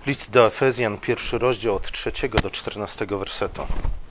List do Efezjan, 1 rozdział od 3 do 14 wersetu.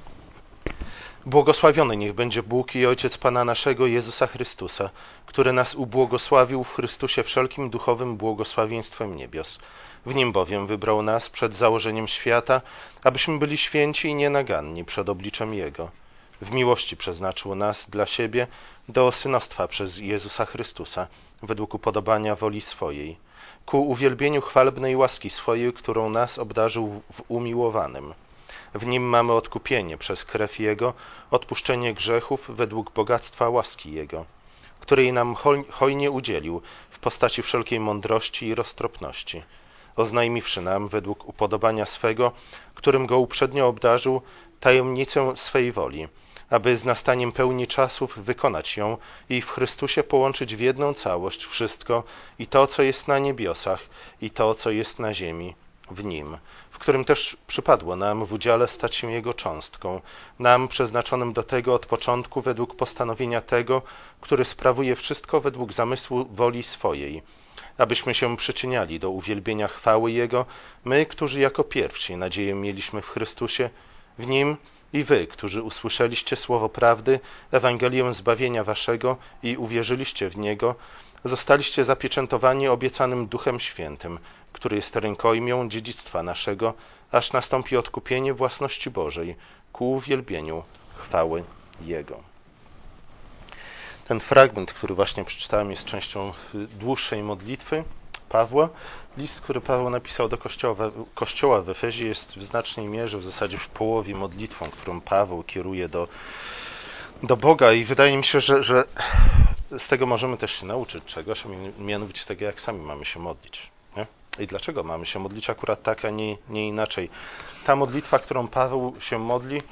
Błogosławiony niech będzie Bóg i Ojciec Pana naszego Jezusa Chrystusa, który nas ubłogosławił w Chrystusie wszelkim duchowym błogosławieństwem niebios. W Nim bowiem wybrał nas przed założeniem świata, abyśmy byli święci i nienaganni przed obliczem Jego. W miłości przeznaczył nas dla siebie do synostwa przez Jezusa Chrystusa, według upodobania woli swojej, ku uwielbieniu chwalebnej łaski swojej, którą nas obdarzył w umiłowanym. W Nim mamy odkupienie przez krew Jego, odpuszczenie grzechów według bogactwa łaski Jego, której nam hojnie udzielił w postaci wszelkiej mądrości i roztropności, oznajmiwszy nam według upodobania swego, którym Go uprzednio obdarzył, tajemnicę swej woli, aby z nastaniem pełni czasów wykonać ją i w Chrystusie połączyć w jedną całość wszystko, i to, co jest na niebiosach, i to, co jest na ziemi, w Nim, w którym też przypadło nam w udziale stać się Jego cząstką, nam przeznaczonym do tego od początku według postanowienia tego, który sprawuje wszystko według zamysłu woli swojej, abyśmy się przyczyniali do uwielbienia chwały Jego, my, którzy jako pierwsi nadzieję mieliśmy w Chrystusie, w Nim i wy, którzy usłyszeliście słowo prawdy, Ewangelię zbawienia waszego i uwierzyliście w Niego, zostaliście zapieczętowani obiecanym Duchem Świętym, który jest rękojmią dziedzictwa naszego, aż nastąpi odkupienie własności Bożej ku uwielbieniu chwały Jego. Ten fragment, który właśnie przeczytałem, jest częścią dłuższej modlitwy Pawła. List, który Paweł napisał do kościoła w Efezie, jest w znacznej mierze, w zasadzie w połowie modlitwą, którą Paweł kieruje do Boga, i wydaje mi się, że z tego możemy też się nauczyć czegoś, a mianowicie tego, jak sami mamy się modlić. Nie? I dlaczego mamy się modlić akurat tak, a nie inaczej. Ta modlitwa, którą Paweł się modli,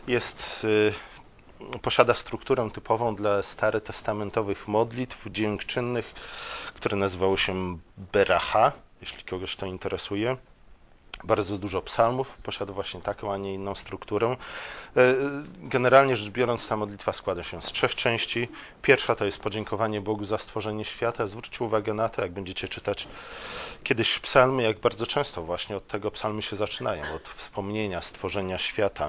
posiada strukturę typową dla starytestamentowych modlitw dziękczynnych, które nazywało się Beracha, jeśli kogoś to interesuje. Bardzo dużo psalmów posiada właśnie taką, a nie inną strukturę. Generalnie rzecz biorąc, ta modlitwa składa się z 3 części. Pierwsza to jest podziękowanie Bogu za stworzenie świata. Zwróćcie uwagę na to, jak będziecie czytać kiedyś psalmy, jak bardzo często właśnie od tego psalmy się zaczynają, od wspomnienia stworzenia świata.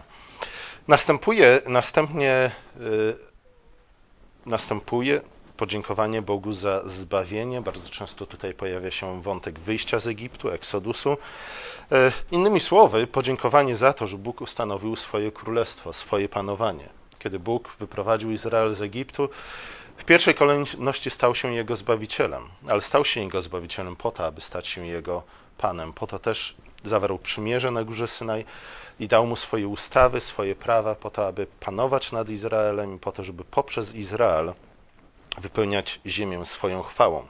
Następuje podziękowanie Bogu za zbawienie. Bardzo często tutaj pojawia się wątek wyjścia z Egiptu, Eksodusu. Innymi słowy, podziękowanie za to, że Bóg ustanowił swoje królestwo, swoje panowanie. Kiedy Bóg wyprowadził Izrael z Egiptu, w pierwszej kolejności stał się jego Zbawicielem, ale stał się jego Zbawicielem po to, aby stać się jego Panem. Po to też zawarł przymierze na górze Synaj i dał mu swoje ustawy, swoje prawa, po to, aby panować nad Izraelem i po to, żeby poprzez Izrael wypełniać ziemię swoją chwałą.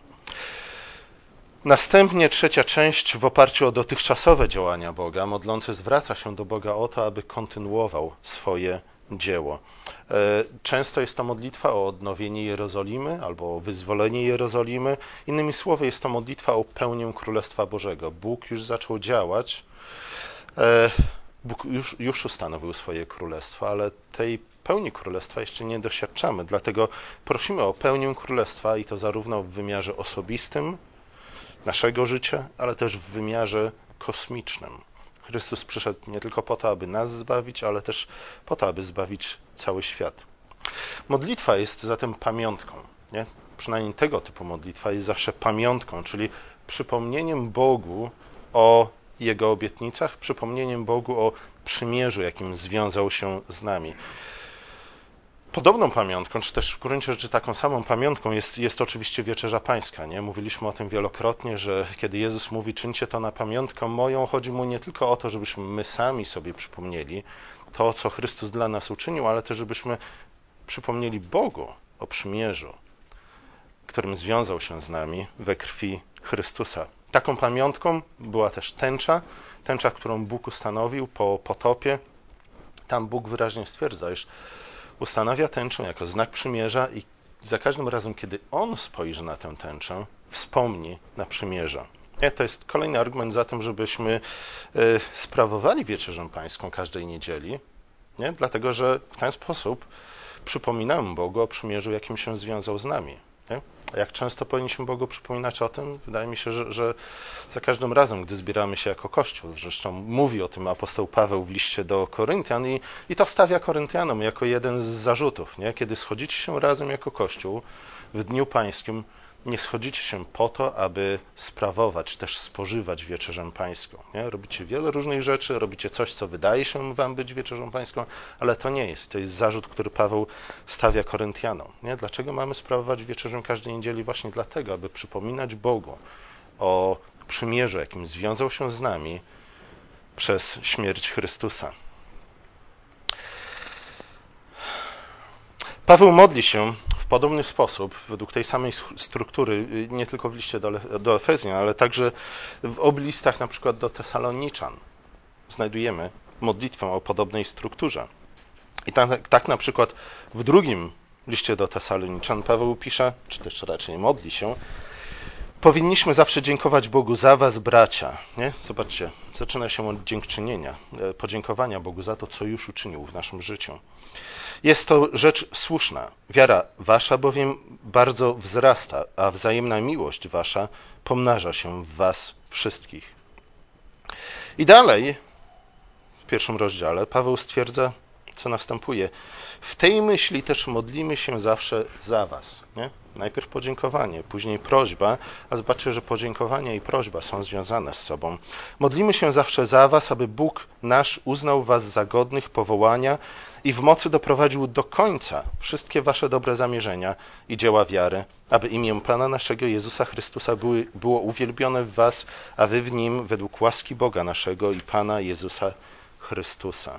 Następnie trzecia część w oparciu o dotychczasowe działania Boga, modlący zwraca się do Boga o to, aby kontynuował swoje dzieło. Często jest to modlitwa o odnowienie Jerozolimy albo o wyzwolenie Jerozolimy. Innymi słowy, jest to modlitwa o pełnię Królestwa Bożego. Bóg już zaczął działać, Bóg już ustanowił swoje królestwo, ale tej pełni królestwa jeszcze nie doświadczamy. Dlatego prosimy o pełnię królestwa, i to zarówno w wymiarze osobistym naszego życia, ale też w wymiarze kosmicznym. Chrystus przyszedł nie tylko po to, aby nas zbawić, ale też po to, aby zbawić cały świat. Modlitwa jest zatem pamiątką. Nie? Przynajmniej tego typu modlitwa jest zawsze pamiątką, czyli przypomnieniem Bogu o Jego obietnicach, przypomnieniem Bogu o przymierzu, jakim związał się z nami. Podobną pamiątką, czy też w gruncie rzeczy taką samą pamiątką jest oczywiście Wieczerza Pańska. Nie? Mówiliśmy o tym wielokrotnie, że kiedy Jezus mówi, czyńcie to na pamiątkę moją, chodzi mu nie tylko o to, żebyśmy my sami sobie przypomnieli to, co Chrystus dla nas uczynił, ale też żebyśmy przypomnieli Bogu o przymierzu, którym związał się z nami we krwi Chrystusa. Taką pamiątką była też tęcza, którą Bóg ustanowił po potopie. Tam Bóg wyraźnie stwierdza, iż ustanawia tęczę jako znak przymierza i za każdym razem, kiedy On spojrzy na tę tęczę, wspomni na przymierza. To jest kolejny argument za tym, żebyśmy sprawowali Wieczerzę Pańską każdej niedzieli, dlatego że w ten sposób przypominamy Bogu o przymierzu, jakim się związał z nami. Nie? A jak często powinniśmy Bogu przypominać o tym? Wydaje mi się, że za każdym razem, gdy zbieramy się jako Kościół, zresztą mówi o tym apostoł Paweł w liście do Koryntian i to stawia Koryntianom jako jeden z zarzutów. Nie? Kiedy schodzicie się razem jako Kościół w Dniu Pańskim, nie schodzicie się po to, aby sprawować, też spożywać wieczerzę pańską. Nie? Robicie wiele różnych rzeczy, robicie coś, co wydaje się wam być wieczerzą pańską, ale to nie jest. To jest zarzut, który Paweł stawia Koryntianom. Nie? Dlaczego mamy sprawować wieczerzę każdej niedzieli? Właśnie dlatego, aby przypominać Bogu o przymierzu, jakim związał się z nami przez śmierć Chrystusa. Paweł modli się w podobny sposób, według tej samej struktury, nie tylko w liście do Efezjan, ale także w obu listach, na przykład do Tesaloniczan. Znajdujemy modlitwę o podobnej strukturze. I tak na przykład w drugim liście do Tesaloniczan Paweł pisze, czy też raczej modli się: powinniśmy zawsze dziękować Bogu za was, bracia. Nie? Zobaczcie, zaczyna się od dziękczynienia, podziękowania Bogu za to, co już uczynił w naszym życiu. Jest to rzecz słuszna. Wiara wasza bowiem bardzo wzrasta, a wzajemna miłość wasza pomnaża się w was wszystkich. I dalej, w pierwszym rozdziale, Paweł stwierdza, co następuje. W tej myśli też modlimy się zawsze za was. Nie? Najpierw podziękowanie, później prośba, a zobaczcie, że podziękowanie i prośba są związane z sobą. Modlimy się zawsze za was, aby Bóg nasz uznał was za godnych powołania i w mocy doprowadził do końca wszystkie wasze dobre zamierzenia i dzieła wiary, aby imię Pana naszego Jezusa Chrystusa było uwielbione w was, a wy w Nim według łaski Boga naszego i Pana Jezusa Chrystusa.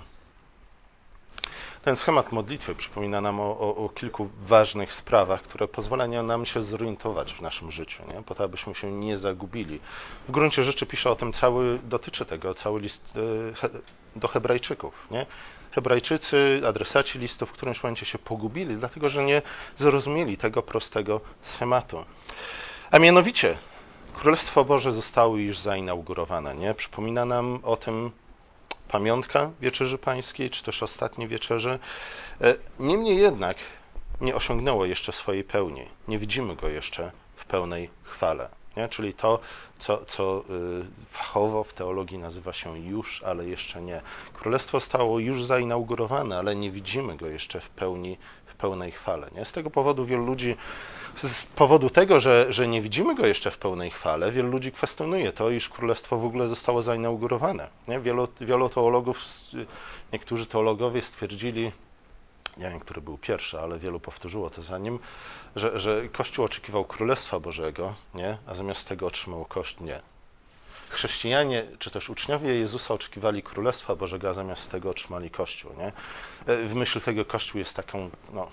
Ten schemat modlitwy przypomina nam o kilku ważnych sprawach, które pozwalają nam się zorientować w naszym życiu, nie? Po to, abyśmy się nie zagubili. W gruncie rzeczy pisze o tym dotyczy tego cały list do Hebrajczyków. Nie? Hebrajczycy, adresaci listu w którymś momencie się pogubili, dlatego że nie zrozumieli tego prostego schematu. A mianowicie, Królestwo Boże zostało już zainaugurowane. Nie? Przypomina nam o tym pamiątka Wieczerzy Pańskiej, czy też ostatniej wieczerzy. Niemniej jednak nie osiągnęło jeszcze swojej pełni. Nie widzimy go jeszcze w pełnej chwale. Nie? Czyli to, co fachowo w teologii nazywa się już, ale jeszcze nie. Królestwo stało już zainaugurowane, ale nie widzimy go jeszcze w pełnej chwale. Nie? Z tego powodu wielu ludzi, z powodu tego, że nie widzimy go jeszcze w pełnej chwale, wielu ludzi kwestionuje to, iż Królestwo w ogóle zostało zainaugurowane. Nie? Wielu teologów, niektórzy teologowie stwierdzili, nie wiem, który był pierwszy, ale wielu powtórzyło to za nim, że Kościół oczekiwał Królestwa Bożego, nie? A zamiast tego otrzymał Kościół. Nie. Chrześcijanie, czy też uczniowie Jezusa oczekiwali Królestwa Bożego, a zamiast tego otrzymali Kościół. Nie? W myśl tego Kościół jest taką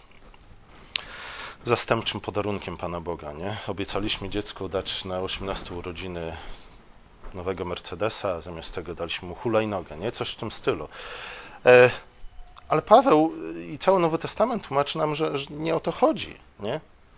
zastępczym podarunkiem Pana Boga. Nie? Obiecaliśmy dziecku dać na 18 urodziny nowego Mercedesa, a zamiast tego daliśmy mu hulajnogę. Nie? Coś w tym stylu. Ale Paweł i cały Nowy Testament tłumaczy nam, że nie o to chodzi. Nie?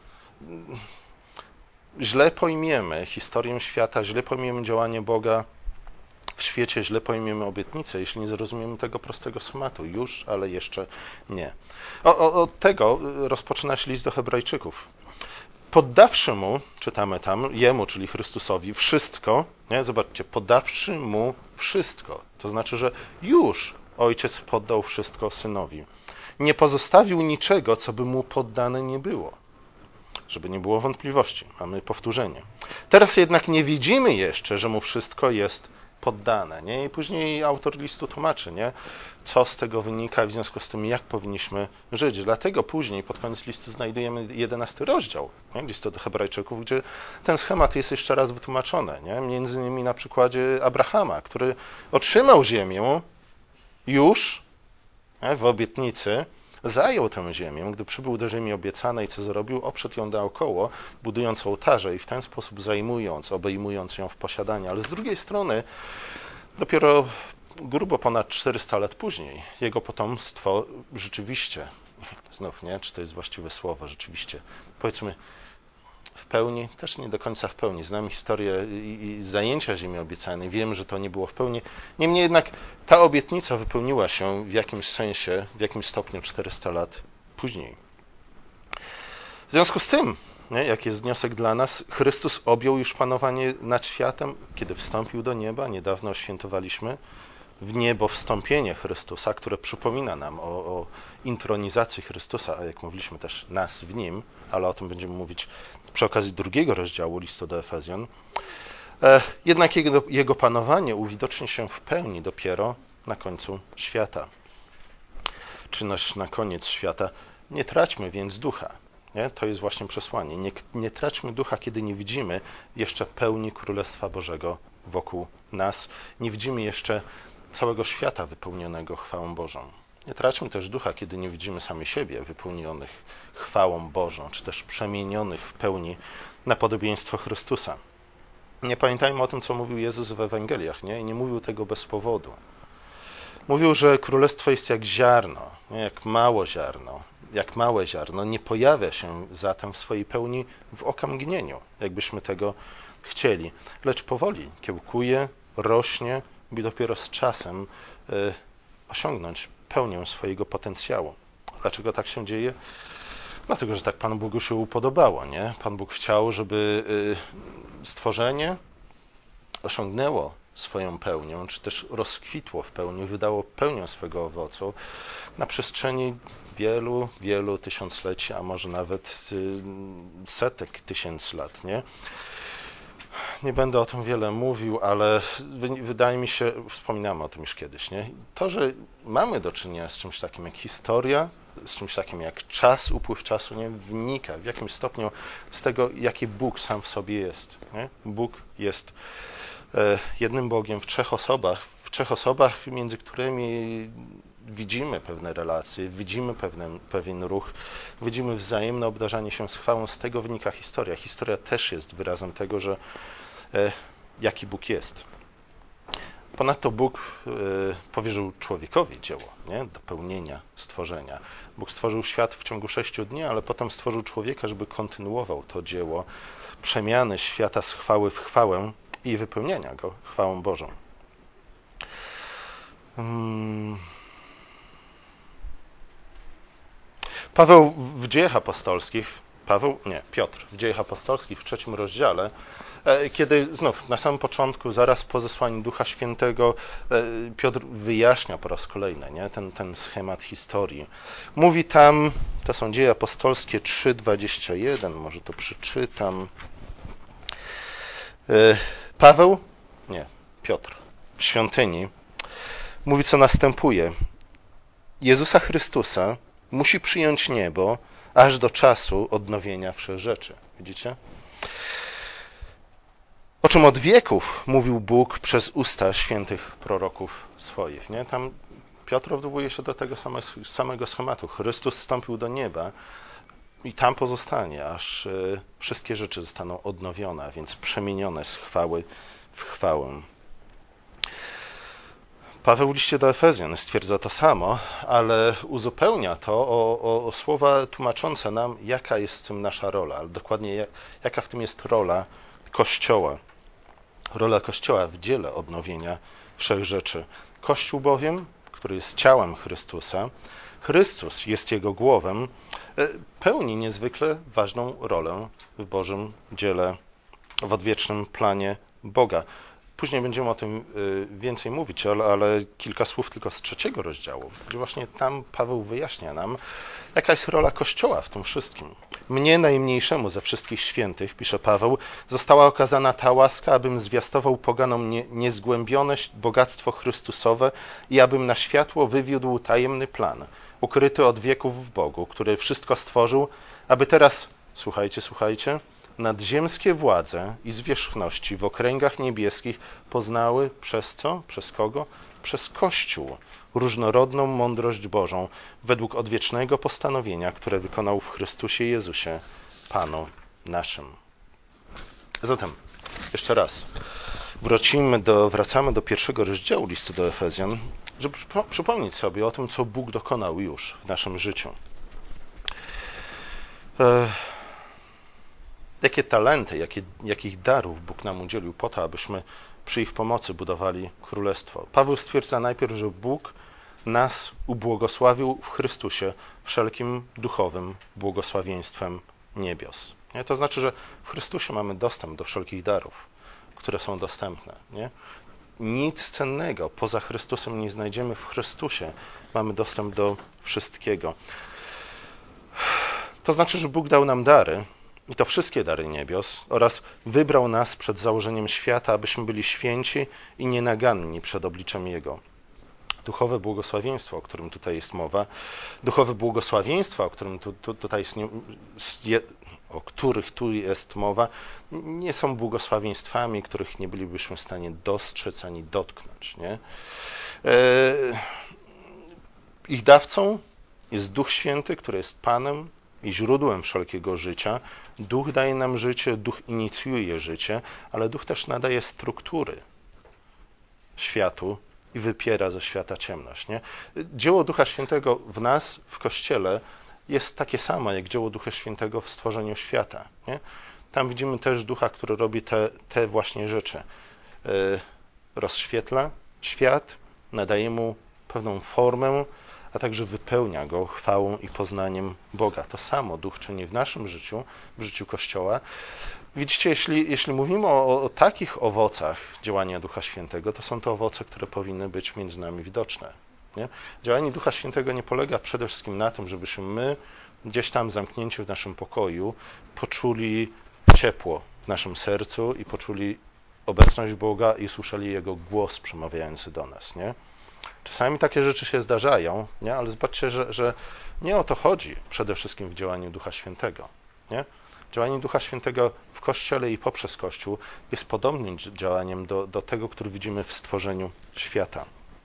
Źle pojmiemy historię świata, źle pojmiemy działanie Boga w świecie, źle pojmiemy obietnicę, jeśli nie zrozumiemy tego prostego schematu. Już, ale jeszcze nie. Od tego rozpoczyna się list do Hebrajczyków. Poddawszy mu, czytamy tam, jemu, czyli Chrystusowi, wszystko, nie? Zobaczcie, poddawszy mu wszystko. To znaczy, że już Ojciec poddał wszystko Synowi. Nie pozostawił niczego, co by mu poddane nie było. Żeby nie było wątpliwości. Mamy powtórzenie. Teraz jednak nie widzimy jeszcze, że mu wszystko jest poddane. Nie? I później autor listu tłumaczy, nie? Co z tego wynika, w związku z tym, jak powinniśmy żyć. Dlatego później, pod koniec listu, znajdujemy 11 rozdział listu do Hebrajczyków, gdzie ten schemat jest jeszcze raz wytłumaczony. Nie? Między innymi na przykładzie Abrahama, który otrzymał ziemię już w obietnicy, zajął tę ziemię, gdy przybył do ziemi obiecanej, co zrobił? Oprzedł ją naokoło, budując ołtarze i w ten sposób obejmując ją w posiadanie. Ale z drugiej strony, dopiero grubo ponad 400 lat później, jego potomstwo rzeczywiście, znów nie, czy to jest właściwe słowo, rzeczywiście, powiedzmy w pełni, też nie do końca w pełni. Znam historię i zajęcia ziemi obiecanej, wiem, że to nie było w pełni. Niemniej jednak ta obietnica wypełniła się w jakimś sensie, w jakimś stopniu 400 lat później. W związku z tym nie? Jaki jest wniosek dla nas? Chrystus objął już panowanie nad światem, kiedy wstąpił do nieba. Niedawno świętowaliśmy w niebo wstąpienie Chrystusa, które przypomina nam o intronizacji Chrystusa, a jak mówiliśmy też nas w Nim, ale o tym będziemy mówić przy okazji 2 rozdziału listu do Efezjan. Jednak jego panowanie uwidoczni się w pełni dopiero na końcu świata. Czy też na koniec świata. Nie traćmy więc ducha. Nie? To jest właśnie przesłanie. Nie traćmy ducha, kiedy nie widzimy jeszcze pełni Królestwa Bożego wokół nas. Nie widzimy jeszcze całego świata wypełnionego chwałą Bożą. Nie traćmy też ducha, kiedy nie widzimy sami siebie wypełnionych chwałą Bożą, czy też przemienionych w pełni na podobieństwo Chrystusa. Nie pamiętajmy o tym, co mówił Jezus w Ewangeliach, nie? I nie mówił tego bez powodu. Mówił, że królestwo jest jak ziarno, nie? Jak małe ziarno, nie pojawia się zatem w swojej pełni w okamgnieniu, jakbyśmy tego chcieli, lecz powoli kiełkuje, rośnie, by dopiero z czasem osiągnąć pełnię swojego potencjału. Dlaczego tak się dzieje? Dlatego, że tak Panu Bogu się upodobało, nie? Pan Bóg chciał, żeby stworzenie osiągnęło swoją pełnię, czy też rozkwitło w pełni, wydało pełnię swego owocu na przestrzeni wielu, wielu tysiącleci, a może nawet setek tysięcy lat, nie? Nie będę o tym wiele mówił, ale wydaje mi się, wspominamy o tym już kiedyś, nie? To, że mamy do czynienia z czymś takim jak historia, z czymś takim jak czas, upływ czasu, nie? Wynika w jakimś stopniu z tego, jaki Bóg sam w sobie jest, nie? Bóg jest jednym Bogiem w trzech osobach, między którymi widzimy pewne relacje, widzimy pewien ruch, widzimy wzajemne obdarzanie się z chwałą. Z tego wynika historia. Historia też jest wyrazem tego, że jaki Bóg jest. Ponadto Bóg powierzył człowiekowi dzieło, nie? Do pełnienia stworzenia. Bóg stworzył świat w ciągu 6 dni, ale potem stworzył człowieka, żeby kontynuował to dzieło przemiany świata z chwały w chwałę i wypełnienia go chwałą Bożą. Piotr w Dziejach Apostolskich w 3 rozdziale, kiedy znów na samym początku, zaraz po zesłaniu Ducha Świętego, Piotr wyjaśnia po raz kolejny, nie? Ten schemat historii. Mówi tam, to są Dzieje Apostolskie 3:21, może to przeczytam. Piotr w świątyni mówi, co następuje. Jezusa Chrystusa musi przyjąć niebo aż do czasu odnowienia wszech rzeczy. Widzicie? O czym od wieków mówił Bóg przez usta świętych proroków swoich. Nie? Tam Piotr odwołuje się do tego samego schematu. Chrystus zstąpił do nieba i tam pozostanie, aż wszystkie rzeczy zostaną odnowione, a więc przemienione z chwały w chwałę. Paweł w liście do Efezjan stwierdza to samo, ale uzupełnia to o słowa tłumaczące nam, jaka jest w tym nasza rola, ale dokładnie jaka w tym jest rola Kościoła. Rola Kościoła w dziele odnowienia wszech rzeczy. Kościół bowiem, który jest ciałem Chrystusa, Chrystus jest jego głową, pełni niezwykle ważną rolę w Bożym dziele, w odwiecznym planie Boga. Później będziemy o tym więcej mówić, ale kilka słów tylko z 3 rozdziału, gdzie właśnie tam Paweł wyjaśnia nam, jaka jest rola Kościoła w tym wszystkim. Mnie, najmniejszemu ze wszystkich świętych, pisze Paweł, została okazana ta łaska, abym zwiastował poganom niezgłębione bogactwo Chrystusowe i abym na światło wywiódł tajemny plan, ukryty od wieków w Bogu, który wszystko stworzył, aby teraz, słuchajcie, nadziemskie władze i zwierzchności w okręgach niebieskich poznały przez co? Przez kogo? Przez Kościół różnorodną mądrość Bożą według odwiecznego postanowienia, które wykonał w Chrystusie Jezusie, Panu naszym. Zatem, jeszcze raz, wracamy do 1 rozdziału listu do Efezjan, żeby przypomnieć sobie o tym, co Bóg dokonał już w naszym życiu. Jakie talenty, jakich darów Bóg nam udzielił po to, abyśmy przy ich pomocy budowali królestwo. Paweł stwierdza najpierw, że Bóg nas ubłogosławił w Chrystusie wszelkim duchowym błogosławieństwem niebios. Nie? To znaczy, że w Chrystusie mamy dostęp do wszelkich darów, które są dostępne. Nie? Nic cennego poza Chrystusem nie znajdziemy. W Chrystusie mamy dostęp do wszystkiego. To znaczy, że Bóg dał nam dary, i to wszystkie dary niebios, oraz wybrał nas przed założeniem świata, abyśmy byli święci i nienaganni przed obliczem Jego. Duchowe błogosławieństwo, o którym tutaj jest mowa, duchowe błogosławieństwa, o których tu jest mowa, nie są błogosławieństwami, których nie bylibyśmy w stanie dostrzec ani dotknąć. Nie? Ich dawcą jest Duch Święty, który jest Panem i źródłem wszelkiego życia. Duch daje nam życie, Duch inicjuje życie, ale Duch też nadaje struktury światu i wypiera ze świata ciemność. Nie? Dzieło Ducha Świętego w nas, w Kościele, jest takie samo, jak dzieło Ducha Świętego w stworzeniu świata. Nie? Tam widzimy też Ducha, który robi te właśnie rzeczy. Rozświetla świat, nadaje mu pewną formę, a także wypełnia go chwałą i poznaniem Boga. To samo Duch czyni w naszym życiu, w życiu Kościoła. Widzicie, jeśli mówimy o takich owocach działania Ducha Świętego, to są to owoce, które powinny być między nami widoczne. Nie? Działanie Ducha Świętego nie polega przede wszystkim na tym, żebyśmy my gdzieś tam zamknięci w naszym pokoju poczuli ciepło w naszym sercu i poczuli obecność Boga i słyszeli Jego głos przemawiający do nas. Nie? Czasami takie rzeczy się zdarzają, nie? Ale zobaczcie, że nie o to chodzi przede wszystkim w działaniu Ducha Świętego. Nie? Działanie Ducha Świętego w Kościele i poprzez Kościół jest podobnym działaniem do tego, które widzimy w stworzeniu świata.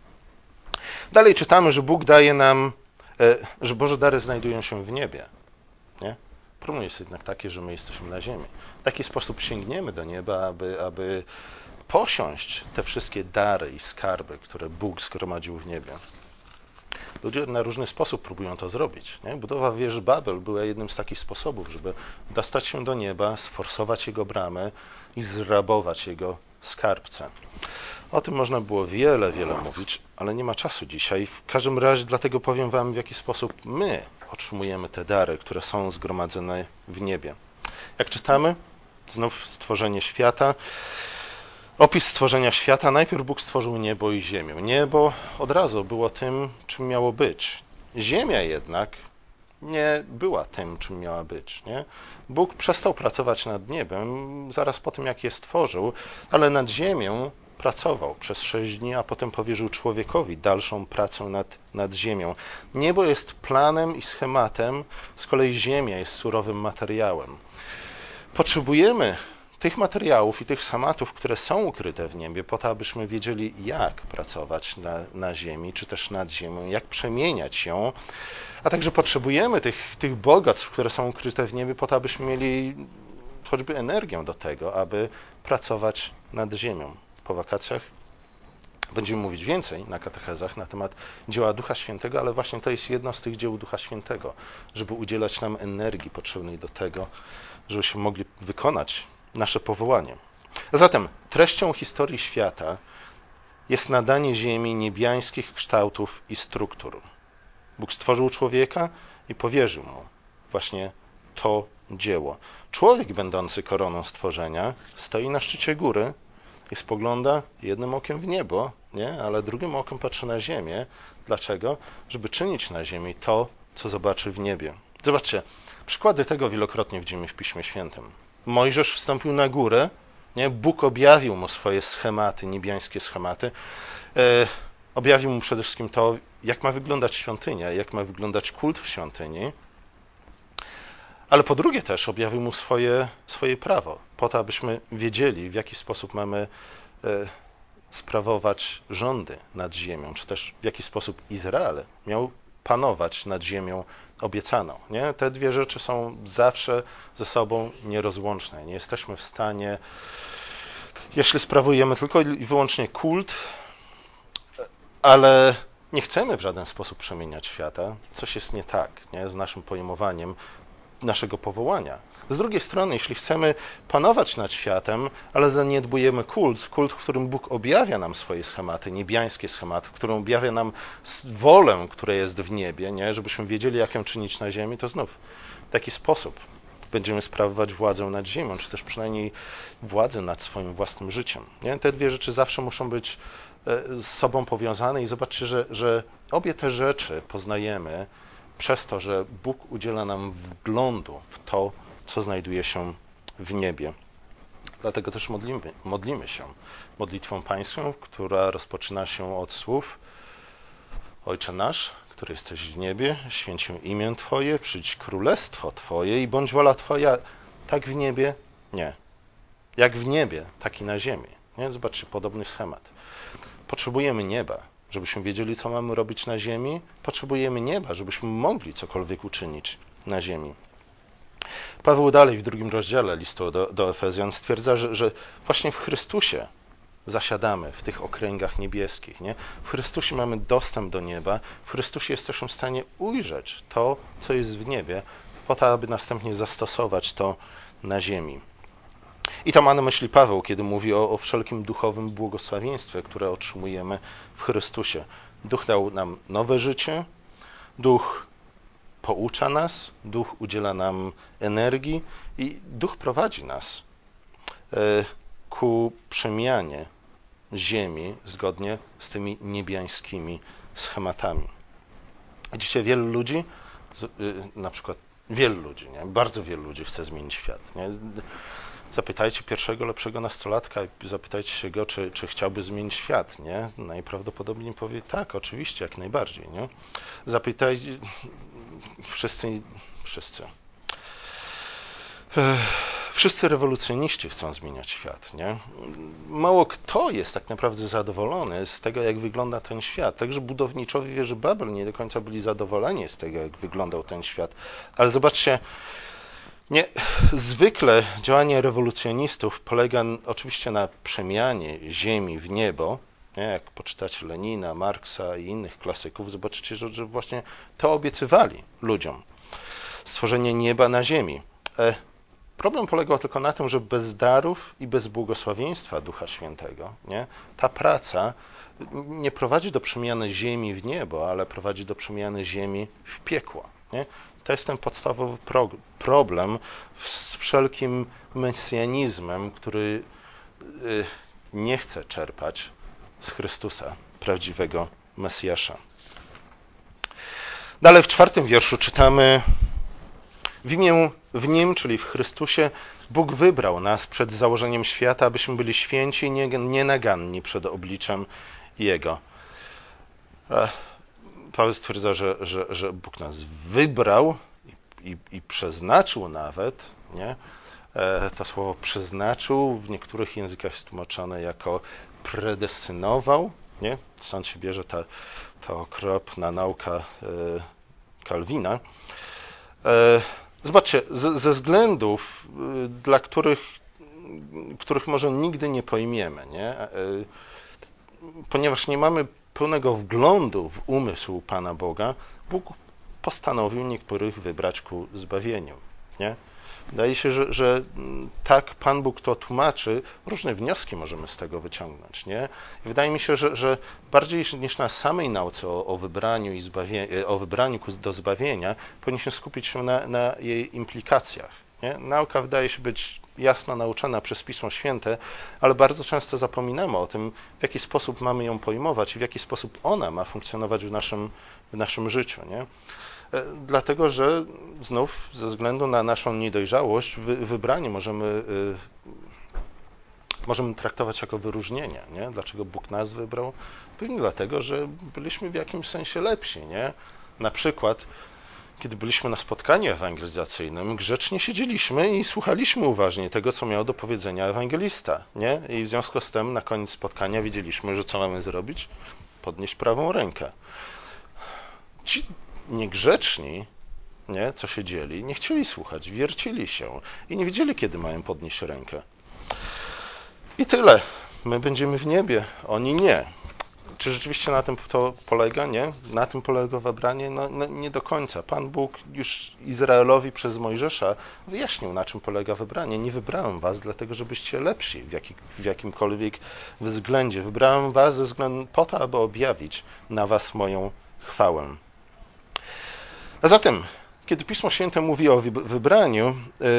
Dalej czytamy, że Bóg daje nam, że Boże dary znajdują się w niebie. Nie? Problem jest jednak taki, że my jesteśmy na ziemi. W taki sposób sięgniemy do nieba, aby posiąść te wszystkie dary i skarby, które Bóg zgromadził w niebie. Ludzie na różny sposób próbują to zrobić. Nie? Budowa wieży Babel była jednym z takich sposobów, żeby dostać się do nieba, sforsować jego bramy i zrabować jego skarbce. O tym można było wiele mówić, ale nie ma czasu dzisiaj. W każdym razie dlatego powiem wam, w jaki sposób my otrzymujemy te dary, które są zgromadzone w niebie. Jak czytamy, znów stworzenie świata, opis stworzenia świata, najpierw Bóg stworzył niebo i ziemię. Niebo od razu było tym, czym miało być. Ziemia jednak nie była tym, czym miała być. Nie? Bóg przestał pracować nad niebem zaraz po tym, jak je stworzył, ale nad ziemią pracował przez 6 dni, a potem powierzył człowiekowi dalszą pracę nad ziemią. Niebo jest planem i schematem, z kolei ziemia jest surowym materiałem. Potrzebujemy tych materiałów i tych schematów, które są ukryte w niebie, po to, abyśmy wiedzieli, jak pracować na ziemi, czy też nad ziemią, jak przemieniać ją, a także potrzebujemy tych bogactw, które są ukryte w niebie, po to, abyśmy mieli choćby energię do tego, aby pracować nad ziemią. Po wakacjach będziemy mówić więcej na katechezach na temat dzieła Ducha Świętego, ale właśnie to jest jedno z tych dzieł Ducha Świętego, żeby udzielać nam energii potrzebnej do tego, żebyśmy mogli wykonać nasze powołanie. A zatem treścią historii świata jest nadanie ziemi niebiańskich kształtów i struktur. Bóg stworzył człowieka i powierzył mu właśnie to dzieło. Człowiek, będący koroną stworzenia, stoi na szczycie góry i spogląda jednym okiem w niebo, nie? Ale drugim okiem patrzy na ziemię. Dlaczego? Żeby czynić na ziemi to, co zobaczy w niebie. Zobaczcie, przykłady tego wielokrotnie widzimy w Piśmie Świętym. Mojżesz wstąpił na górę, nie? Bóg objawił mu swoje schematy, niebiańskie schematy. Objawił mu przede wszystkim to, jak ma wyglądać świątynia, jak ma wyglądać kult w świątyni, ale po drugie też objawił mu swoje prawo, po to, abyśmy wiedzieli, w jaki sposób mamy sprawować rządy nad ziemią, czy też w jaki sposób Izrael miał panować nad ziemią obiecaną. Nie? Te dwie rzeczy są zawsze ze sobą nierozłączne. Nie jesteśmy w stanie, jeśli sprawujemy tylko i wyłącznie kult, ale nie chcemy w żaden sposób przemieniać świata, coś jest nie tak, nie? Z naszym pojmowaniem naszego powołania. Z drugiej strony, jeśli chcemy panować nad światem, ale zaniedbujemy kult, w którym Bóg objawia nam swoje schematy, niebiańskie schematy, w którym objawia nam wolę, która jest w niebie, nie? Żebyśmy wiedzieli, jak ją czynić na ziemi, to znów w taki sposób będziemy sprawować władzę nad ziemią, czy też przynajmniej władzę nad swoim własnym życiem. Nie? Te dwie rzeczy zawsze muszą być z sobą powiązane i zobaczcie, że obie te rzeczy poznajemy przez to, że Bóg udziela nam wglądu w to, co znajduje się w niebie. Dlatego też modlimy się modlitwą pańską, która rozpoczyna się od słów: Ojcze nasz, który jesteś w niebie, święć się imię Twoje, przyjdź królestwo Twoje i bądź wola Twoja, tak w niebie, nie. Jak w niebie, tak i na ziemi. Nie? Zobaczcie, podobny schemat. Potrzebujemy nieba, żebyśmy wiedzieli, co mamy robić na ziemi. Potrzebujemy nieba, żebyśmy mogli cokolwiek uczynić na ziemi. Paweł dalej w 2 rozdziale listu do Efezjan stwierdza, że właśnie w Chrystusie zasiadamy w tych okręgach niebieskich. Nie? W Chrystusie mamy dostęp do nieba, w Chrystusie jesteśmy w stanie ujrzeć to, co jest w niebie, po to, aby następnie zastosować to na ziemi. I to ma na myśli Paweł, kiedy mówi o wszelkim duchowym błogosławieństwie, które otrzymujemy w Chrystusie. Duch dał nam nowe życie, Duch poucza nas, Duch udziela nam energii i Duch prowadzi nas ku przemianie ziemi zgodnie z tymi niebiańskimi schematami. Widzicie, wielu ludzi, na przykład wielu ludzi, nie? Bardzo wielu ludzi chce zmienić świat. Nie? Zapytajcie pierwszego lepszego nastolatka i zapytajcie się go, czy chciałby zmienić świat. Nie? Najprawdopodobniej powie tak, oczywiście, jak najbardziej. Nie? Zapytajcie Wszyscy rewolucjoniści chcą zmieniać świat. Nie? Mało kto jest tak naprawdę zadowolony z tego, jak wygląda ten świat. Także budowniczowie wieży Babel nie do końca byli zadowoleni z tego, jak wyglądał ten świat. Ale zobaczcie, zwykle działanie rewolucjonistów polega oczywiście na przemianie ziemi w niebo. Nie? Jak poczytacie Lenina, Marksa i innych klasyków, zobaczycie, że właśnie to obiecywali ludziom. Stworzenie nieba na ziemi. Problem polegał tylko na tym, że bez darów i bez błogosławieństwa Ducha Świętego, nie? Ta praca nie prowadzi do przemiany ziemi w niebo, ale prowadzi do przemiany ziemi w piekło. Nie? To jest ten podstawowy problem z wszelkim mesjanizmem, który nie chce czerpać z Chrystusa, prawdziwego Mesjasza. Dalej w 4 wierszu czytamy: w Nim, czyli w Chrystusie, Bóg wybrał nas przed założeniem świata, abyśmy byli święci i nienaganni przed obliczem Jego. Paweł stwierdza, że Bóg nas wybrał i przeznaczył nawet, nie? To słowo przeznaczył w niektórych językach jest tłumaczone jako predestynował, nie? Stąd się bierze ta okropna nauka Kalwina. Zobaczcie, ze względów, dla których może nigdy nie pojmiemy, nie? Ponieważ nie mamy pełnego wglądu w umysł Pana Boga, Bóg postanowił niektórych wybrać ku zbawieniu. Nie? Wydaje się, że tak Pan Bóg to tłumaczy, różne wnioski możemy z tego wyciągnąć. Nie? Wydaje mi się, że bardziej niż na samej nauce o wybraniu do zbawienia, powinniśmy skupić się na jej implikacjach. Nie? Nauka wydaje się być jasno nauczana przez Pismo Święte, ale bardzo często zapominamy o tym, w jaki sposób mamy ją pojmować i w jaki sposób ona ma funkcjonować w naszym życiu. Nie? Dlatego, że znów ze względu na naszą niedojrzałość wybranie możemy traktować jako wyróżnienie. Nie? Dlaczego Bóg nas wybrał? Pewnie dlatego, że byliśmy w jakimś sensie lepsi. Nie? Na przykład, kiedy byliśmy na spotkaniu ewangelizacyjnym, grzecznie siedzieliśmy i słuchaliśmy uważnie tego, co miał do powiedzenia ewangelista. Nie? I w związku z tym na koniec spotkania wiedzieliśmy, że co mamy zrobić? Podnieść prawą rękę. Ci niegrzeczni, nie, co siedzieli, nie chcieli słuchać, wiercili się i nie wiedzieli, kiedy mają podnieść rękę. I tyle. My będziemy w niebie, oni nie. Czy rzeczywiście na tym to polega? Nie. Na tym polega wybranie? No, nie do końca. Pan Bóg już Izraelowi przez Mojżesza wyjaśnił, na czym polega wybranie. Nie wybrałem was dlatego, żebyście lepsi w jakimkolwiek względzie. Wybrałem was ze względu po to, aby objawić na was moją chwałę. A zatem, Kiedy Pismo Święte mówi o wybraniu,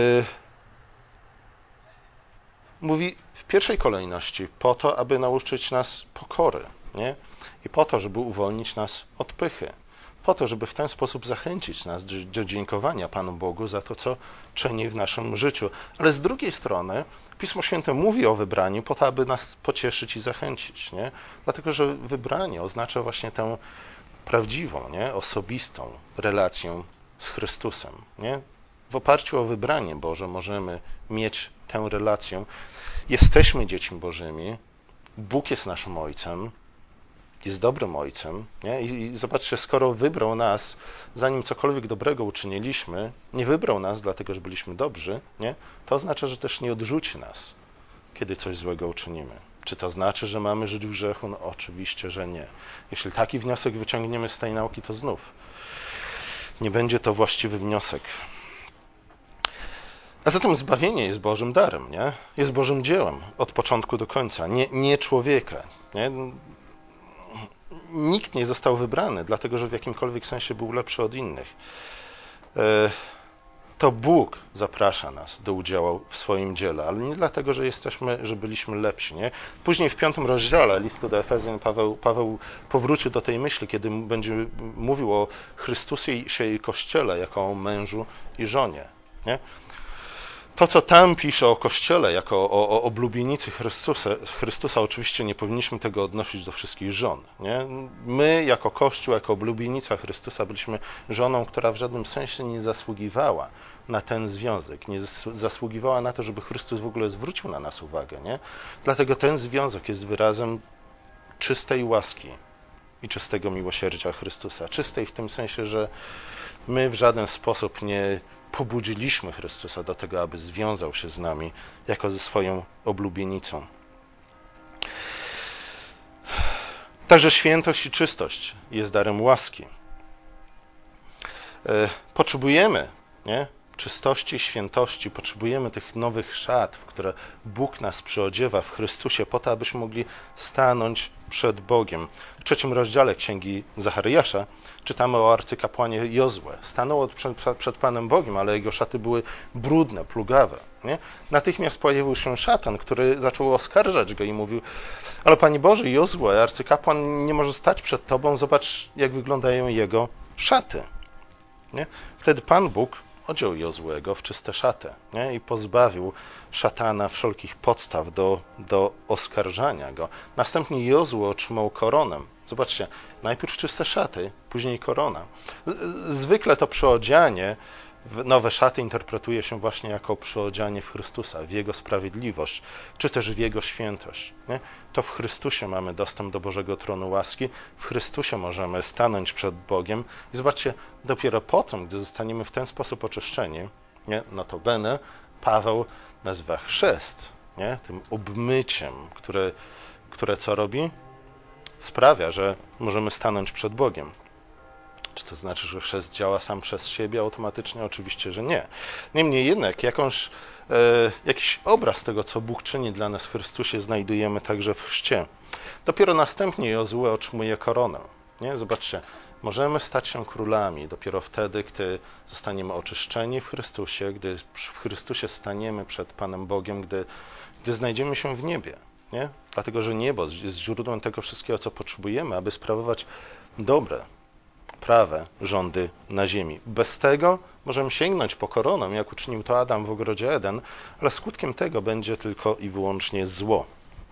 mówi w pierwszej kolejności po to, aby nauczyć nas pokory, nie? I po to, żeby uwolnić nas od pychy. Po to, żeby w ten sposób zachęcić nas do dziękowania Panu Bogu za to, co czyni w naszym życiu. Ale z drugiej strony Pismo Święte mówi o wybraniu po to, aby nas pocieszyć i zachęcić, nie? Dlatego, że wybranie oznacza właśnie tę prawdziwą, nie? Osobistą relację z Chrystusem, nie? W oparciu o wybranie Boże możemy mieć tę relację. Jesteśmy dziećmi Bożymi, Bóg jest naszym Ojcem, jest dobrym Ojcem, nie? I zobaczcie, skoro wybrał nas, zanim cokolwiek dobrego uczyniliśmy, nie wybrał nas dlatego, że byliśmy dobrzy, nie? To oznacza, że też nie odrzuci nas, kiedy coś złego uczynimy. Czy to znaczy, że mamy żyć w grzechu? No oczywiście, że nie. Jeśli taki wniosek wyciągniemy z tej nauki, to znów nie będzie to właściwy wniosek. A zatem zbawienie jest Bożym darem, nie? Jest Bożym dziełem od początku do końca, nie człowieka. Nie? Nikt nie został wybrany, dlatego że w jakimkolwiek sensie był lepszy od innych. To Bóg zaprasza nas do udziału w swoim dziele, ale nie dlatego, że byliśmy lepsi. Nie? Później w 5 rozdziale listu do Efezjan Paweł powrócił do tej myśli, kiedy będzie mówił o Chrystusie i Kościele jako o mężu i żonie. Nie? To, co tam pisze o Kościele jako o oblubienicy Chrystusa, oczywiście nie powinniśmy tego odnosić do wszystkich żon. Nie? My, jako Kościół, jako oblubienica Chrystusa, byliśmy żoną, która w żadnym sensie nie zasługiwała na ten związek, nie zasługiwała na to, żeby Chrystus w ogóle zwrócił na nas uwagę. Nie? Dlatego ten związek jest wyrazem czystej łaski i czystego miłosierdzia Chrystusa. Czystej w tym sensie, że my w żaden sposób nie pobudziliśmy Chrystusa do tego, aby związał się z nami jako ze swoją oblubienicą. Także świętość i czystość jest darem łaski. Potrzebujemy, nie? Czystości, świętości, potrzebujemy tych nowych szat, w które Bóg nas przyodziewa w Chrystusie, po to, abyśmy mogli stanąć przed Bogiem. W 3 rozdziale Księgi Zachariasza czytamy o arcykapłanie Jozue. Stanął przed Panem Bogiem, ale jego szaty były brudne, plugawe. Nie? Natychmiast pojawił się szatan, który zaczął oskarżać go i mówił: ale Panie Boże, Jozue, arcykapłan nie może stać przed Tobą, zobacz, jak wyglądają jego szaty. Nie? Wtedy Pan Bóg odział Jozuego w czyste szaty, nie? I pozbawił szatana wszelkich podstaw do oskarżania go. Następnie Jozue otrzymał koronę. Zobaczcie, najpierw czyste szaty, później korona. Zwykle to przyodzianie w nowe szaty interpretuje się właśnie jako przyodzianie w Chrystusa, w Jego sprawiedliwość, czy też w Jego świętość. Nie? To w Chrystusie mamy dostęp do Bożego tronu łaski, w Chrystusie możemy stanąć przed Bogiem i zobaczcie, dopiero potem, gdy zostaniemy w ten sposób oczyszczeni, nie? Notabene Paweł nazywa chrzest, nie? Tym obmyciem, które co robi? Sprawia, że możemy stanąć przed Bogiem. Czy to znaczy, że chrzest działa sam przez siebie automatycznie? Oczywiście, że nie. Niemniej jednak jakiś obraz tego, co Bóg czyni dla nas w Chrystusie, znajdujemy także w chrzcie. Dopiero następnie Jozue otrzymuje koronę. Nie? Zobaczcie, możemy stać się królami dopiero wtedy, gdy zostaniemy oczyszczeni w Chrystusie, gdy w Chrystusie staniemy przed Panem Bogiem, gdy znajdziemy się w niebie. Nie? Dlatego, że niebo jest źródłem tego wszystkiego, co potrzebujemy, aby sprawować dobre, prawe rządy na ziemi. Bez tego możemy sięgnąć po koronę, jak uczynił to Adam w ogrodzie Eden, ale skutkiem tego będzie tylko i wyłącznie zło.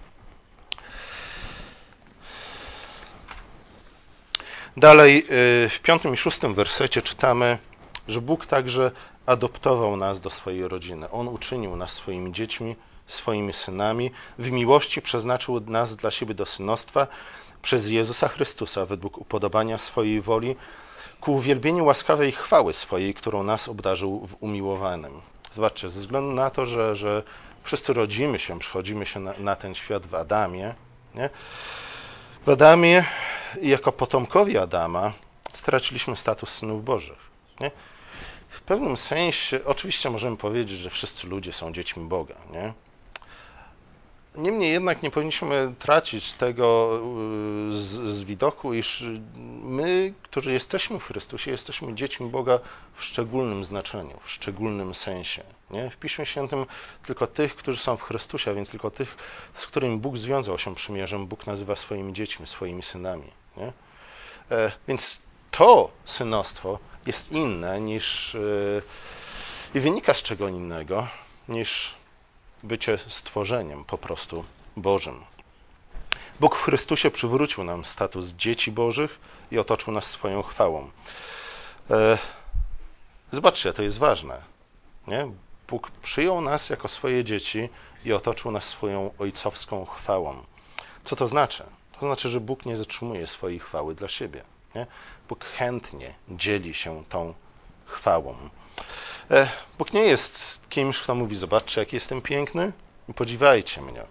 Dalej w 5 i 6 wersecie czytamy, że Bóg także adoptował nas do swojej rodziny. On uczynił nas swoimi dziećmi, swoimi synami. W miłości przeznaczył nas dla siebie do synostwa przez Jezusa Chrystusa według upodobania swojej woli, ku uwielbieniu łaskawej chwały swojej, którą nas obdarzył w umiłowanym. Zobaczcie, ze względu na to, że wszyscy przychodzimy się na ten świat w Adamie, nie? W Adamie, jako potomkowie Adama, straciliśmy status synów Bożych. Nie? W pewnym sensie, oczywiście możemy powiedzieć, że wszyscy ludzie są dziećmi Boga, nie? Niemniej jednak nie powinniśmy tracić tego z widoku, iż my, którzy jesteśmy w Chrystusie, jesteśmy dziećmi Boga w szczególnym znaczeniu, w szczególnym sensie. Nie? W Piśmie Świętym tylko tych, którzy są w Chrystusie, a więc tylko tych, z którymi Bóg związał się przymierzem, Bóg nazywa swoimi dziećmi, swoimi synami. Nie? Więc to synostwo jest inne niż i wynika z czego innego niż bycie stworzeniem po prostu Bożym. Bóg w Chrystusie przywrócił nam status dzieci Bożych i otoczył nas swoją chwałą. Zobaczcie, to jest ważne. Nie? Bóg przyjął nas jako swoje dzieci i otoczył nas swoją ojcowską chwałą. Co to znaczy? To znaczy, że Bóg nie zatrzymuje swojej chwały dla siebie. Nie? Bóg chętnie dzieli się tą chwałą. Bóg nie jest kimś, kto mówi: zobaczcie, jak jestem piękny i podziwiajcie mnie.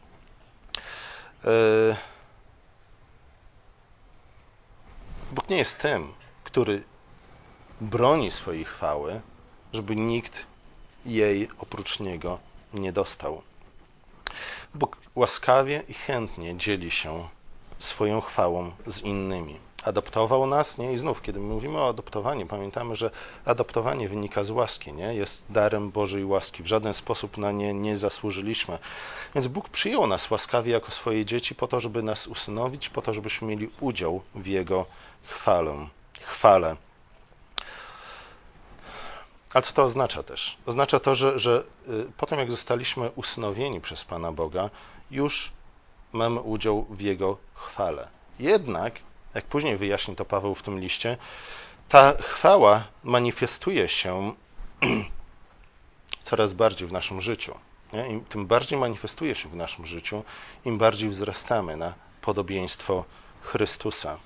Bóg nie jest tym, który broni swojej chwały, żeby nikt jej oprócz Niego nie dostał. Bóg łaskawie i chętnie dzieli się swoją chwałą z innymi. Adoptował nas, nie? I znów, kiedy mówimy o adoptowaniu, pamiętamy, że adoptowanie wynika z łaski, nie? Jest darem Bożej łaski. W żaden sposób na nie nie zasłużyliśmy. Więc Bóg przyjął nas łaskawie jako swoje dzieci po to, żeby nas usynowić, po to, żebyśmy mieli udział w Jego chwale. Ale co to oznacza też? Oznacza to, że potem jak zostaliśmy usynowieni przez Pana Boga, już mamy udział w Jego chwale. Jednak, jak później wyjaśni to Paweł w tym liście, ta chwała manifestuje się coraz bardziej w naszym życiu. Nie? Im tym bardziej manifestuje się w naszym życiu, im bardziej wzrastamy na podobieństwo Chrystusa.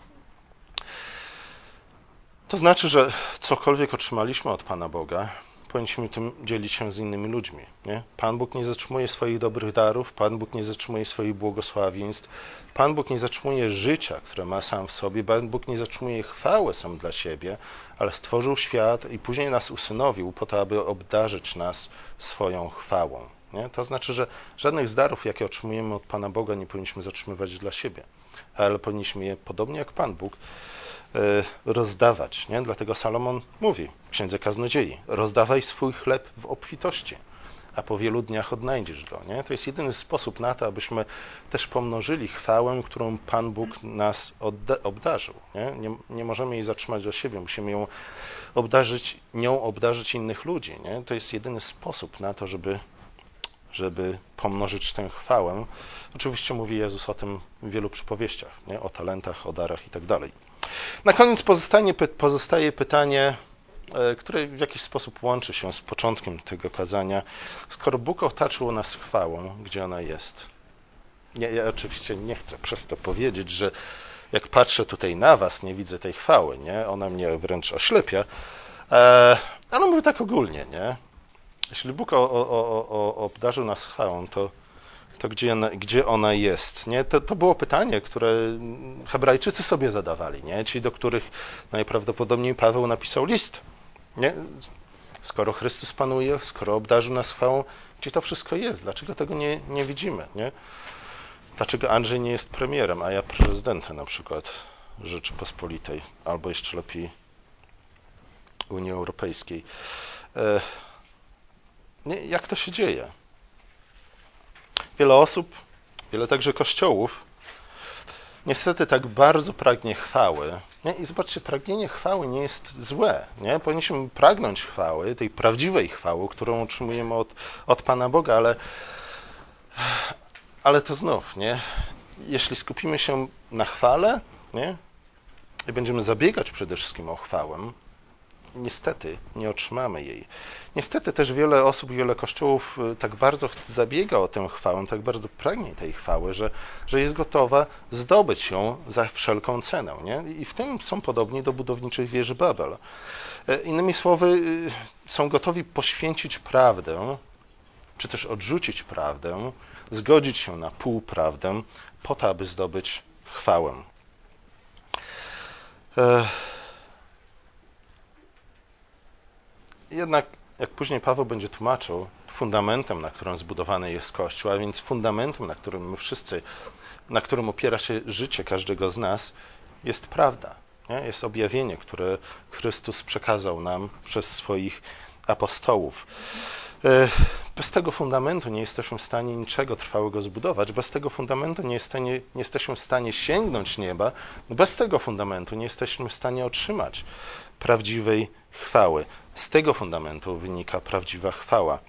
To znaczy, że cokolwiek otrzymaliśmy od Pana Boga, powinniśmy tym dzielić się z innymi ludźmi. Nie? Pan Bóg nie zatrzymuje swoich dobrych darów, Pan Bóg nie zatrzymuje swoich błogosławieństw, Pan Bóg nie zatrzymuje życia, które ma sam w sobie, Pan Bóg nie zatrzymuje chwały sam dla siebie, ale stworzył świat i później nas usynowił po to, aby obdarzyć nas swoją chwałą. Nie? To znaczy, że żadnych z darów, jakie otrzymujemy od Pana Boga, nie powinniśmy zatrzymywać dla siebie, ale powinniśmy je, podobnie jak Pan Bóg, rozdawać. Nie? Dlatego Salomon mówi w Księdze Kaznodziei: rozdawaj swój chleb w obfitości, a po wielu dniach odnajdziesz go. Nie? To jest jedyny sposób na to, abyśmy też pomnożyli chwałę, którą Pan Bóg nas obdarzył. Nie możemy jej zatrzymać dla siebie, musimy nią obdarzyć innych ludzi. Nie? To jest jedyny sposób na to, żeby pomnożyć tę chwałę. Oczywiście mówi Jezus o tym w wielu przypowieściach, nie? O talentach, o darach i tak dalej. Na koniec pozostaje pytanie, które w jakiś sposób łączy się z początkiem tego kazania. Skoro Bóg otaczył nas chwałą, gdzie ona jest? Ja oczywiście nie chcę przez to powiedzieć, że jak patrzę tutaj na was, nie widzę tej chwały, nie? Ona mnie wręcz oślepia, ale mówię tak ogólnie, nie? Jeśli Bóg obdarzył nas chwałą, to gdzie ona jest? Nie? To było pytanie, które Hebrajczycy sobie zadawali, nie? Ci, do których najprawdopodobniej Paweł napisał list. Nie? Skoro Chrystus panuje, skoro obdarzył nas chwałą, gdzie to wszystko jest? Dlaczego tego nie widzimy? Nie? Dlaczego Andrzej nie jest premierem, a ja prezydentem na przykład Rzeczypospolitej, albo jeszcze lepiej Unii Europejskiej? Jak to się dzieje? Wiele osób, wiele także kościołów niestety tak bardzo pragnie chwały. Nie? I zobaczcie, pragnienie chwały nie jest złe. Nie? Powinniśmy pragnąć chwały, tej prawdziwej chwały, którą otrzymujemy od Pana Boga, ale to znów, nie? Jeśli skupimy się na chwale, nie? I będziemy zabiegać przede wszystkim o chwałę, niestety nie otrzymamy jej. Niestety też wiele osób, wiele kościołów tak bardzo zabiega o tę chwałę, tak bardzo pragnie tej chwały, że jest gotowa zdobyć ją za wszelką cenę. Nie? I w tym są podobni do budowniczych wieży Babel. Innymi słowy, są gotowi poświęcić prawdę, czy też odrzucić prawdę, zgodzić się na półprawdę, po to, aby zdobyć chwałę. Jednak, jak później Paweł będzie tłumaczył, fundamentem, na którym zbudowany jest Kościół, a więc fundamentem, na którym my wszyscy, na którym opiera się życie każdego z nas, jest prawda. Nie? Jest objawienie, które Chrystus przekazał nam przez swoich apostołów. Bez tego fundamentu nie jesteśmy w stanie niczego trwałego zbudować, bez tego fundamentu nie jesteśmy w stanie sięgnąć nieba, bez tego fundamentu nie jesteśmy w stanie otrzymać prawdziwej chwały. Z tego fundamentu wynika prawdziwa chwała.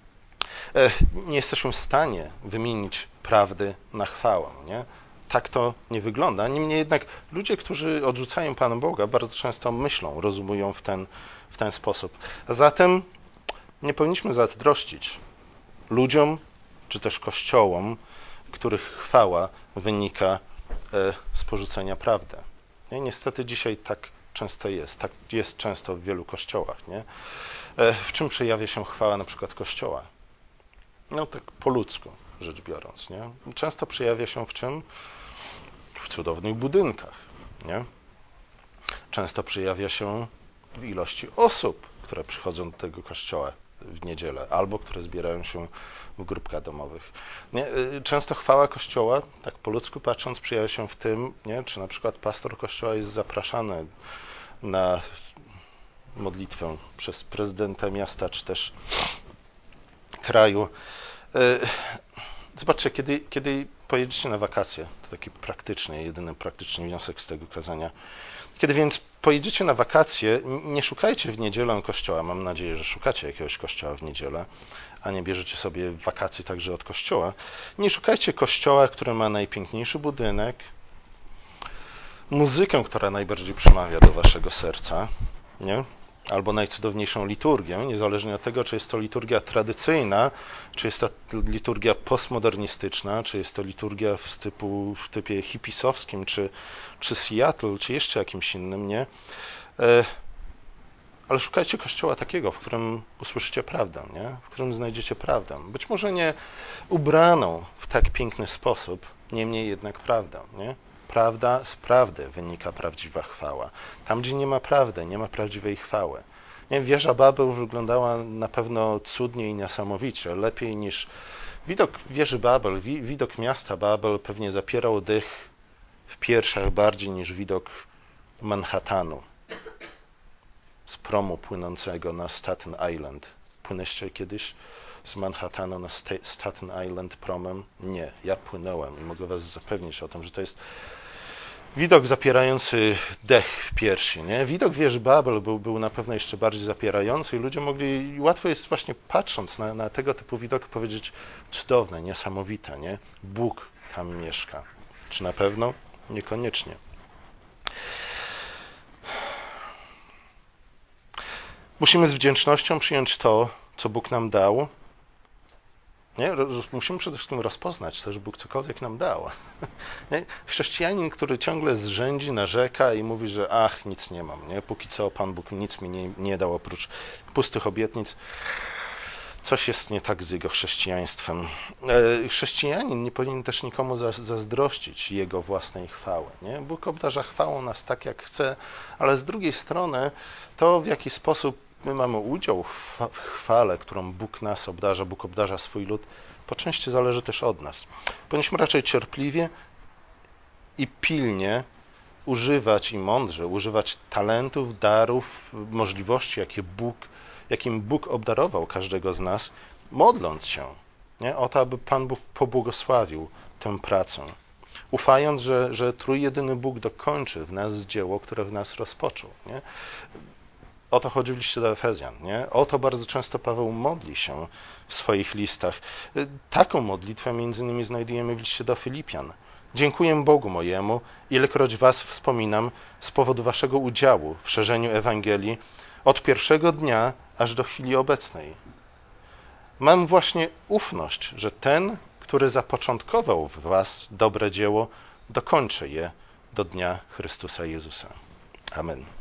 Nie jesteśmy w stanie wymienić prawdy na chwałę. Nie? Tak to nie wygląda. Niemniej jednak ludzie, którzy odrzucają Pana Boga, bardzo często myślą, rozumują w ten sposób. A zatem nie powinniśmy zazdrościć ludziom, czy też kościołom, których chwała wynika z porzucenia prawdy. Nie? Niestety dzisiaj tak często jest. Tak jest często w wielu kościołach. Nie? W czym przejawia się chwała na przykład kościoła? No tak po ludzku rzecz biorąc. Nie? Często przejawia się w czym? W cudownych budynkach. Nie? Często przejawia się w ilości osób, które przychodzą do tego kościoła w niedzielę, albo które zbierają się w grupkach domowych. Nie? Często chwała Kościoła, tak po ludzku patrząc, przejawia się w tym, nie? Czy na przykład pastor Kościoła jest zapraszany na modlitwę przez prezydenta miasta, czy też kraju. Zobaczcie, kiedy pojedziecie na wakacje, to taki praktyczny, jedyny praktyczny wniosek z tego kazania. Kiedy więc pojedziecie na wakacje, nie szukajcie w niedzielę kościoła. Mam nadzieję, że szukacie jakiegoś kościoła w niedzielę, a nie bierzecie sobie wakacji także od kościoła. Nie szukajcie kościoła, który ma najpiękniejszy budynek, muzykę, która najbardziej przemawia do waszego serca, nie? Albo najcudowniejszą liturgię, niezależnie od tego, czy jest to liturgia tradycyjna, czy jest to liturgia postmodernistyczna, czy jest to liturgia w typie hipisowskim, czy Seattle, czy jeszcze jakimś innym, nie? Ale szukajcie kościoła takiego, w którym usłyszycie prawdę, nie? W którym znajdziecie prawdę. Być może nie ubraną w tak piękny sposób, niemniej jednak prawdę, nie? Prawda z prawdy wynika prawdziwa chwała. Tam, gdzie nie ma prawdy, nie ma prawdziwej chwały. Nie? Wieża Babel wyglądała na pewno cudnie i niesamowicie, lepiej niż widok wieży Babel, widok miasta Babel pewnie zapierał dych w piersiach bardziej niż widok Manhattanu z promu płynącego na Staten Island. Płynęliście kiedyś z Manhattanu na Staten Island promem? Nie, ja płynąłem i mogę was zapewnić o tym, że to jest widok zapierający dech w piersi. Nie? Widok wieży Babel był na pewno jeszcze bardziej zapierający i ludzie mogli, łatwo jest właśnie patrząc na tego typu widoki powiedzieć cudowne, niesamowite, nie? Bóg tam mieszka. Czy na pewno? Niekoniecznie. Musimy z wdzięcznością przyjąć to, co Bóg nam dał. Nie? Musimy przede wszystkim rozpoznać też, że Bóg cokolwiek nam dał. Nie? Chrześcijanin, który ciągle zrzędzi, narzeka i mówi, że nic nie mam. Nie? Póki co Pan Bóg nic mi nie dał oprócz pustych obietnic. Coś jest nie tak z jego chrześcijaństwem. Chrześcijanin nie powinien też nikomu zazdrościć jego własnej chwały. Nie? Bóg obdarza chwałą nas tak, jak chce, ale z drugiej strony to, w jaki sposób my mamy udział w chwale, którą Bóg nas obdarza, Bóg obdarza swój lud, po części zależy też od nas. Powinniśmy raczej cierpliwie i pilnie używać i mądrze używać talentów, darów, możliwości, jakim Bóg obdarował każdego z nas, modląc się, nie? O to, aby Pan Bóg pobłogosławił tę pracę, ufając, że trójjedyny Bóg dokończy w nas dzieło, które w nas rozpoczął. Nie? O to chodzi w liście do Efezjan. Nie? O to bardzo często Paweł modli się w swoich listach. Taką modlitwę między innymi znajdujemy w liście do Filipian. Dziękuję Bogu mojemu, ilekroć was wspominam z powodu waszego udziału w szerzeniu Ewangelii od pierwszego dnia aż do chwili obecnej. Mam właśnie ufność, że ten, który zapoczątkował w was dobre dzieło, dokończy je do dnia Chrystusa Jezusa. Amen.